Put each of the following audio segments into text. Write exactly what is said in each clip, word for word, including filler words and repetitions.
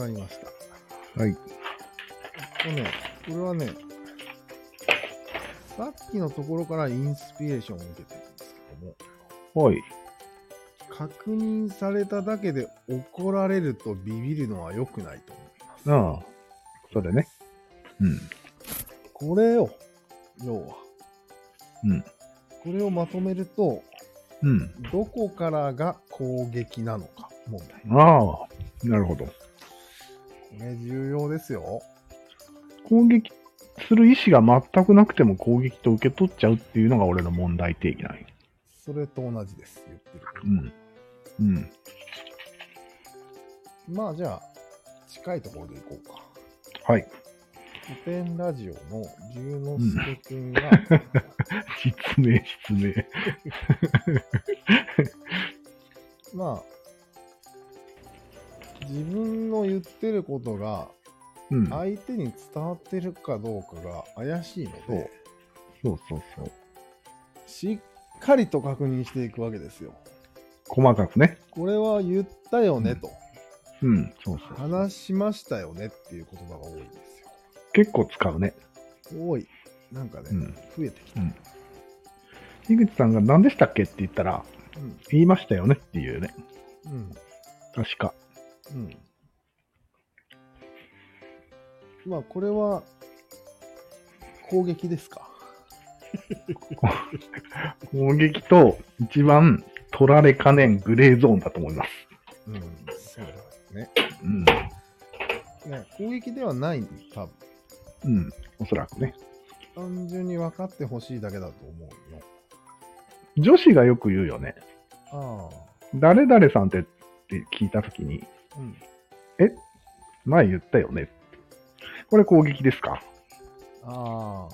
まりました。 はい。 えっとね、これはね、さっきのところからインスピレーションを受けてるんですけども、 はい。 確認されただけで怒られるとビビるのは良くないと思います。 ああ、それね。うん。 これを、要は、 うん。 これをまとめると、 うん。 どこからが攻撃なのか問題。 ああ、なるほど。 これ重要ですよ。 攻撃する意思が全くなくても攻撃と受け取っちゃうっていうのが俺の問題定義なんよ。 それと同じです。言ってること。 うん。うん。 まあじゃあ、近いところでいこうか。 はい。 古典ラジオの龍之介くんが、 実名、実名。 まあ、自分の言ってることがうん。 相手に伝わってるかどうかが怪しいので、 そうそうそう。 しっかりと確認していくわけですよ。 細かくね。 これは言ったよねと、 うん、そうそう。 話しましたよねっていう言葉が多いんですよ。 結構使うね。 多い。なんかね、 うん増えてきた。 うん井口さんが何でしたっけって言ったら、 うん。 言いましたよねっていうね。 うん。 確か。 うん。まあ、これは、攻撃ですか。 攻撃と一番取られかねんグレーゾーンだと思います。 うん、そうですね。 うん。 ね、攻撃ではないん多分。 うん。おそらくね。 単純に分かってほしいだけだと思うよ。 女子がよく言うよね。 ああ。 誰々さんってって聞いたときに、 うん。 え前言ったよね。これ攻撃ですか？ ああ。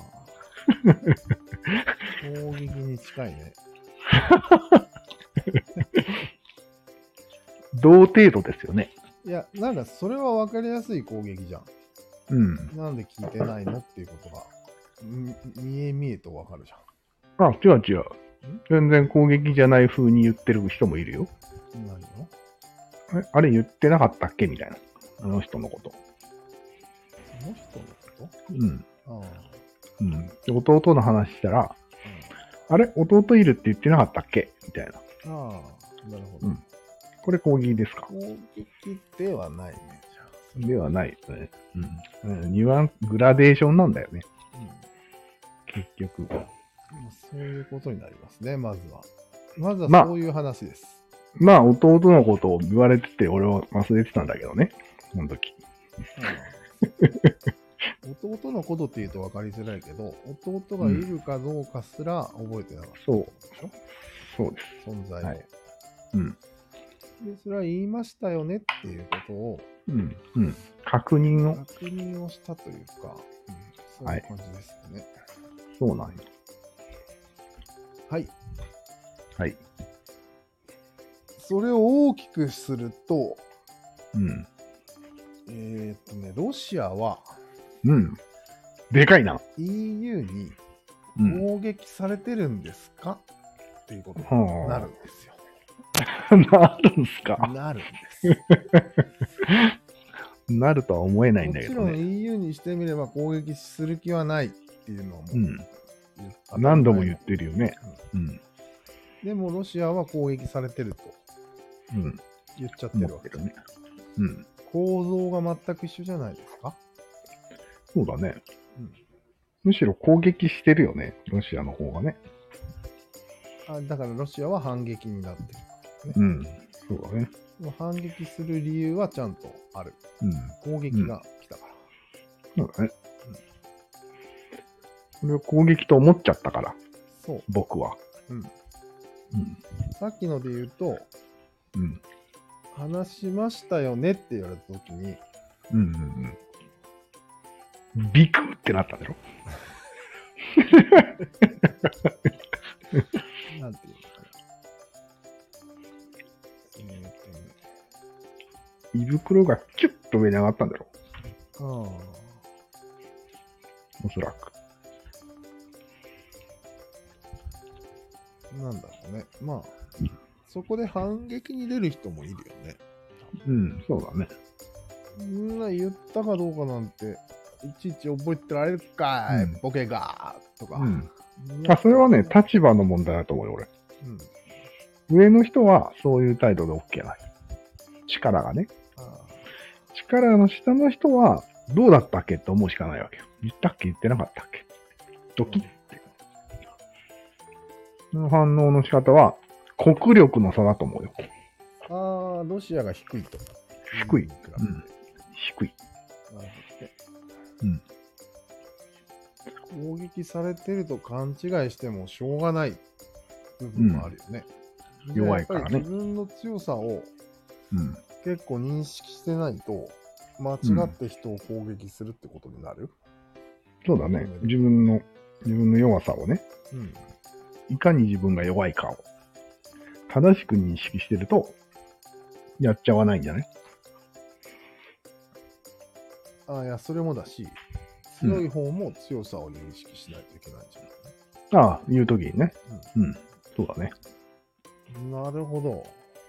攻撃に近いね。 同程度ですよね。 いや、なんかそれは分かりやすい攻撃じゃん。 うん。 なんで聞いてないのっていうことが、み見え見えと分かるじゃん。 あ、違う違う。全然攻撃じゃない風に言ってる人もいるよ。 何のえあれ言ってなかったっけみたいな。あの人のこと。 その人のこうん。 とああ。 うん。で弟の話したら、あれ弟いるって言ってなかったっけみたいな。 うん、ああ、なるほど。 うんこれ攻撃ですか？ 攻撃ではないね、じゃあ。 ではないですね。うん。うん、ニュアンス、グラデーションなんだよね。 うん。 結局。 まあそういうことになりますね、まずは。まずまあはそういう話です。 まあ、弟のことを言われてて、俺は忘れてたんだけどね。その時。 うん、弟のことって言うと分かりづらいけど、弟がいるかどうかすら覚えてなかったでしょ、 そうです。 存在を、 はいうん。 で。それは言いましたよねっていうことを、 うん。うん。確認を。 確認をしたというか、うん、そういう感じですよね。 そうなんよ。 はい。 はい。 それを大きくすると、 うん。 えーっとね、ロシアはうん。でかいな。 イーユー にうん。 攻撃されてるんですか、っていうことになるんですよ。 なるんすか？ なるんです。 なるとは思えないんだもちろんけどね。 イーユー にしてみれば攻撃する気はないっていうのはもう、 うん。 言った何度も言ってるよね。 うんうん。 でもロシアは攻撃されてるとうん。 言っちゃってるわけ思ってるね。うん。 構造が全く一緒じゃないですか。 そうだね。 うんむしろ攻撃してるよね。ロシアの方がね。 あだからロシアは反撃になってる、ね。 うん。そうだね。 でも反撃する理由はちゃんとある。 うん。 攻撃が来たから。 そうだね。これを攻撃と思っちゃったから、 そう。 僕は。 うん。 うん。 さっきので言うと、 うん。 話しましたよねって言われたときに、 うんうんうん。ビクってなったでしょ？ なんていうのかな。えーっとね。 胃袋がキュッと上に上がったんだろああ。 おそらく。 なんだろうね。まあ、そこで反撃に出る人もいるよね。 うん、そうだね。 みんな言ったかどうかなんて、いちいち覚えてられるかい、 うんボケがとか。 うん。あ、それはね、立場の問題だと思うよ、俺。 うん。 上の人はそういう態度で OK ない。力がね。 あ力の下の人は、どうだったっけって思うしかないわけよ。言ったっけ言ってなかったっけドキッっていう。その反応の仕方は、国力の差だと思うよ。 あー、ロシアが低いと。 低い。 うん。 うん。低い。 なるほどね。 うん。 攻撃されてると勘違いしてもしょうがない部分もあるよね。 うん、弱いからね。 やっぱり自分の強さをうん。 結構認識してないと、間違って人を攻撃するってことになる。 そうだね。自分の、自分の弱さをね、 うん。 いかに自分が弱いかを正しく認識してると、やっちゃわないんじゃない？ ああ、いや、それもだし、強い方も強さを認識しないといけないんじゃない、 ああ、言うときにね。うん。うん。そうだね。 なるほど。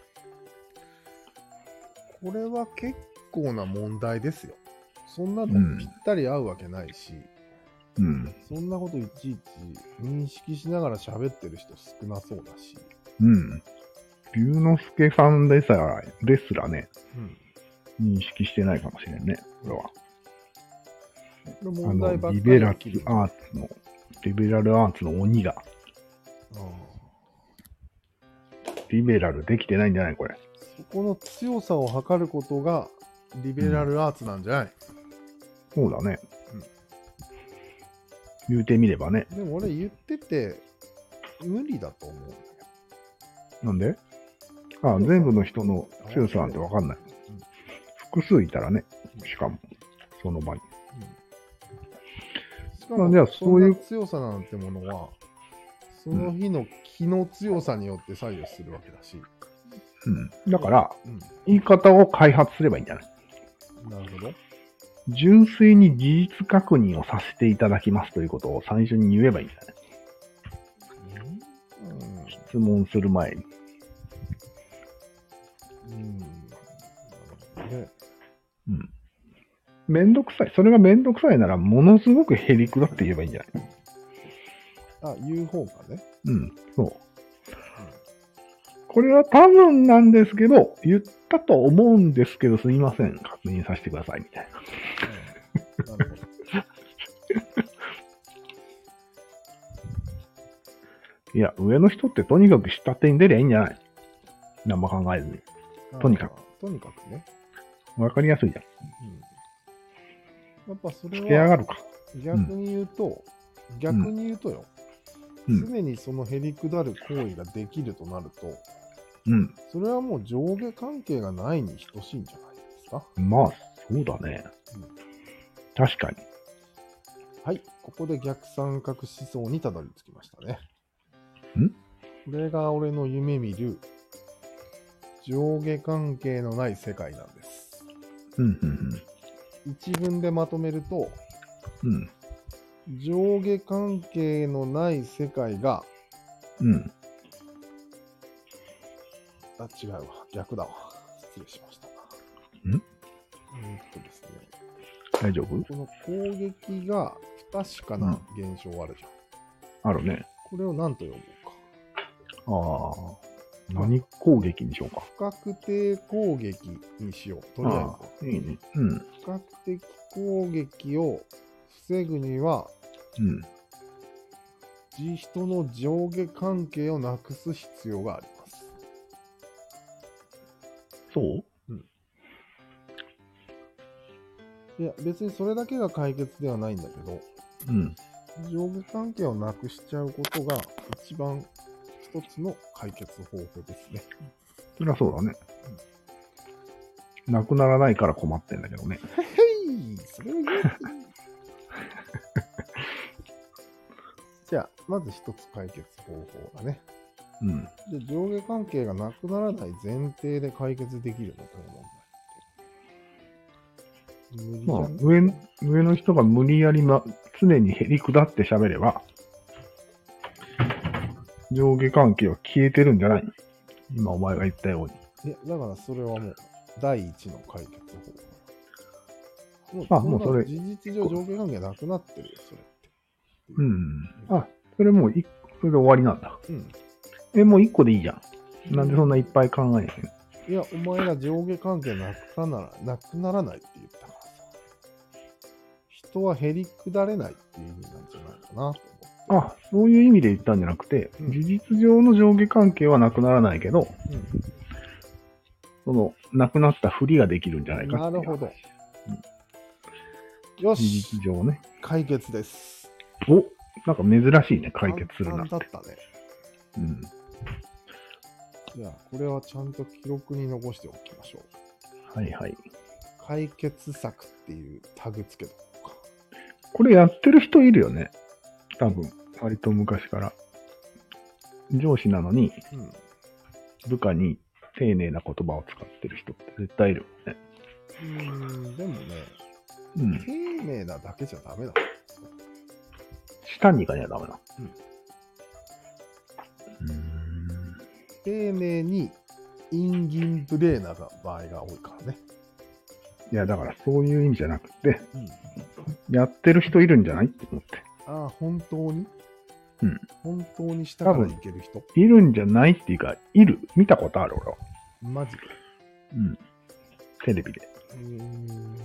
これは結構な問題ですよ。そんなのぴったり合うわけないし、 うん。 そんなこといちいち認識しながら喋ってる人少なそうだし。 うん。龍之介さんでさら、ですらね、 うん、 認識してないかもしれんね、これは。 これ問題ばっかりリベラル起きるアーツの、リベラルアーツの鬼が、 あリベラルできてないんじゃないこれ。 そこの強さを測ることがリベラルアーツなんじゃない、 そうだね。 うん、 言うてみればね。 でも俺言ってて無理だと思うんだけど。 なんで？ああ、全部の人の強さなんてわかんない。うん、複数いたらね、しかも、その場に。 うん、しかも、じゃあそういう強さなんてものは、その日の気の強さによって左右するわけだし。 うん。だから、 うん、 言い方を開発すればいいんじゃない？ なるほど。 純粋に事実確認をさせていただきますということを最初に言えばいいんじゃない？うん、質問する前に。 うん。ね。 うん。めんどくさい。それがめんどくさいなら、ものすごくへりくだって言えばいいんじゃない？ あ、言う方がね。 うん、そう。うん、これは多分なんですけど、言ったと思うんですけど、すいません。確認させてください、みたいな。うん、なるほど。いや、上の人ってとにかく下手に出りゃいいんじゃない？何も考えずに。とにかく。 とにかくね。 わかりやすいじゃん。 うん、やっぱそれは、 つけ上がるか。 逆に言うと、うん、逆に言うとよ、うん、常にそのへりくだる行為ができるとなると、 うん、 それはもう上下関係がないに等しいんじゃないですか。 まあ、そうだね。うん、確かに。 はい、ここで逆三角思想にたどり着きましたね。 ん？ これが俺の夢見る上下関係のない世界なんです。 うんうんうん、 一文でまとめると、 うん、 上下関係のない世界が、 うん、 あ、違うわ、逆だわ。失礼しました。 ん？ えーっとですね。 大丈夫？ この攻撃が不確かな現象あるじゃん。うん、あるね。 これを何と呼ぼうか。ああ。何攻撃にしようか。 不確定攻撃にしよう。とりあえず。 いいね。うん。 不確定攻撃を防ぐには、 うん。 人の上下関係をなくす必要があります。 そう？ うん。いや、別にそれだけが解決ではないんだけど、 うん。 上下関係をなくしちゃうことが一番一つの解決方法ですね。 そりゃそうだね。うん、なくならないから困ってんだけどね。 へい、それを言う。じゃあ、まず一つ解決方法だね。 うん。 で、上下関係がなくならない前提で解決できるのかな問題。 まあ、上、上の人が無理やり、ま、常にへりくだって喋れば、上下関係は消えてるんじゃない？今お前が言ったように。 いや、だからそれはもう第一の解決もうあもうそれ事実上上下関係なくなってるよ、それって。 うん。あ、それもうい、それで終わりなんだ。 うん。 え、もう一個でいいじゃん。なんでそんないっぱい考えないの？ いや、お前が上下関係なくならなくならないって言ったからさ。人は減り下れないっていう意味なんじゃないかなと思って。 あ、そういう意味で言ったんじゃなくて、 うん事実上の上下関係はなくならないけど、 うんその、なくなったふりができるんじゃないかっていう。 なるほど。よ事し、 実上ね。 解決です。 お、なんか珍しいね、解決するなって。 簡単だったね。 うん。 じゃあ、これはちゃんと記録に残しておきましょう。 はいはい。 解決策っていうタグつけとこうか。 これやってる人いるよね。多分、割と昔から。上司なのに、 うん。 部下に丁寧な言葉を使ってる人って絶対いるよね。 うーん、でもね、 うん。 丁寧なだけじゃダメだ。 下に行かにはダメな。 うん。 うーん。 丁寧にインギンブレーな場合が多いからね。 いや、だからそういう意味じゃなくて、 うん。 やってる人いるんじゃないって思って。 ああ、本当にうん。 本当に下からいける人いるんじゃないっていうか、いる。見たことある、俺は。 マジで。 うん。テレビで。 うーん。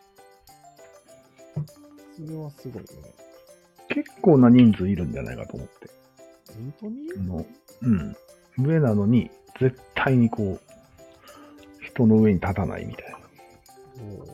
それはすごいね。 結構な人数いるんじゃないかと思って。 本当にあの、うん。上なのに、絶対にこう、人の上に立たないみたいなおー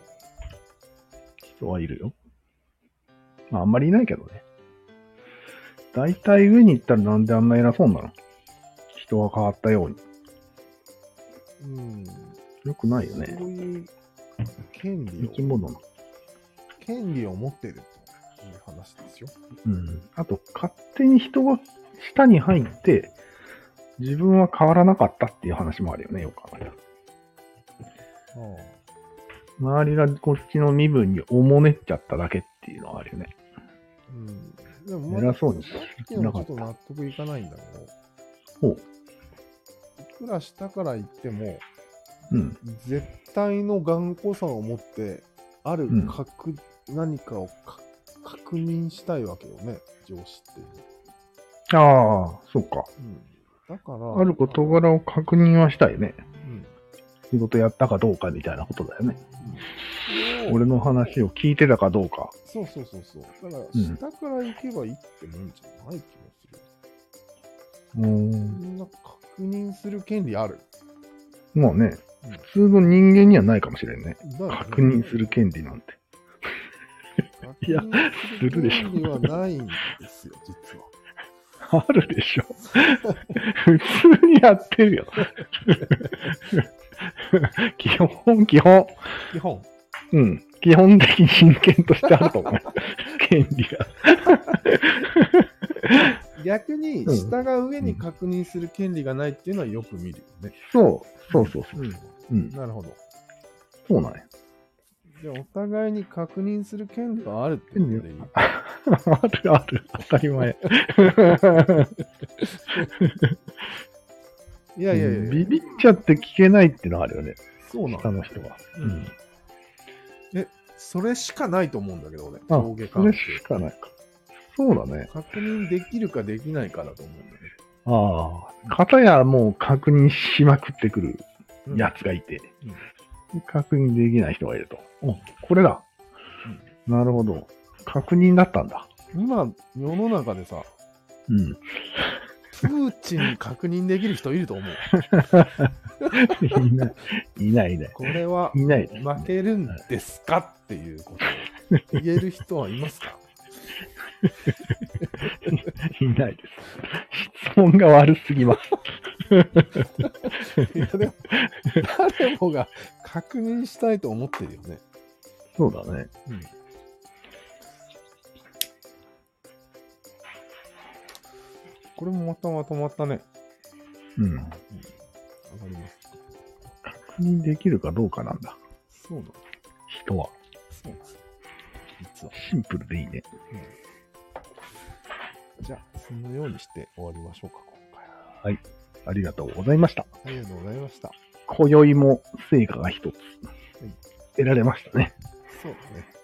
人はいるよ。まあ、あんまりいないけどね。大体上に行ったらなんであんな偉そうなの？人が変わったように。 うん。 よくないよね。 そういう権利生きを、 物の。 権利を持っているという話ですよ。 うん。あと、勝手に人が下に入って、自分は変わらなかったっていう話もあるよね、よく考えたら。 あ周りがこっちの身分におもねっちゃっただけっていうのはあるよね。 あ。うん。でもまだ偉そうにさっきのちょっと納得いかないんだけほう。 ど、いくら下から言っても、 うん。 絶対の頑固さを持って、あるうん確、何かをか確認したいわけよね、上司っていうのは。 ああ、そうか。 うん。だから、 ある事柄を確認はしたいね。 うん。 仕事やったかどうかみたいなことだよね。 うん、 俺の話を聞いてたかどうか。 そうそうそうそう。だから、 うん下から行けばいいってもんじゃない気もする。 うーん。 みんな確認する権利ある。 まあね、 うん普通の人間にはないかもしれんね。 だよね確認する権利なんて。いや確認する権利はないんですよ、実は。 あるでしょ。普通にやってるよ。基本、基本。 基本。 うん。基本的に人権としてあると思う。権利が。 逆に、下が上に確認する権利がないっていうのはよく見るよね。 そう、そうそうそう。 うん。 うん。 なるほど。 そうなんや。 じゃあ、お互いに確認する権利はあるってことでいい？ あるある。当たり前。 いやいやいや、 ビビっちゃって聞けないってのはあるよね。 そうなの。 下の人は。 うん。え、それしかないと思うんだけど、俺。 あ、 上下関係。 それしかないか。そうだね。 確認できるかできないかだと思うんだけど。 ああ。片やもう確認しまくってくるうんやつがいて、 うん確認できない人がいると。お、これだ。なるほど。確認だったんだ。 今、世の中でさ、 うん。 プーチンに確認できる人いると思う。 いない。いないいない。 これはいないです。 負けるんですかっていうことを言える人はいますか？ いないです。質問が悪すぎます。 いやでも、誰もが確認したいと思ってるよね。 そうだね。 うん。これもまたまとまったね。 うん。 上がります。 確認できるかどうかなんだ。 そうなの。 人は。 そうなんですよ。実は。 シンプルでいいね。 うん、じゃあ、そのようにして終わりましょうか、今回は。 はい。ありがとうございました。 ありがとうございました。 今宵も成果が一つ得られましたね。 そうだね。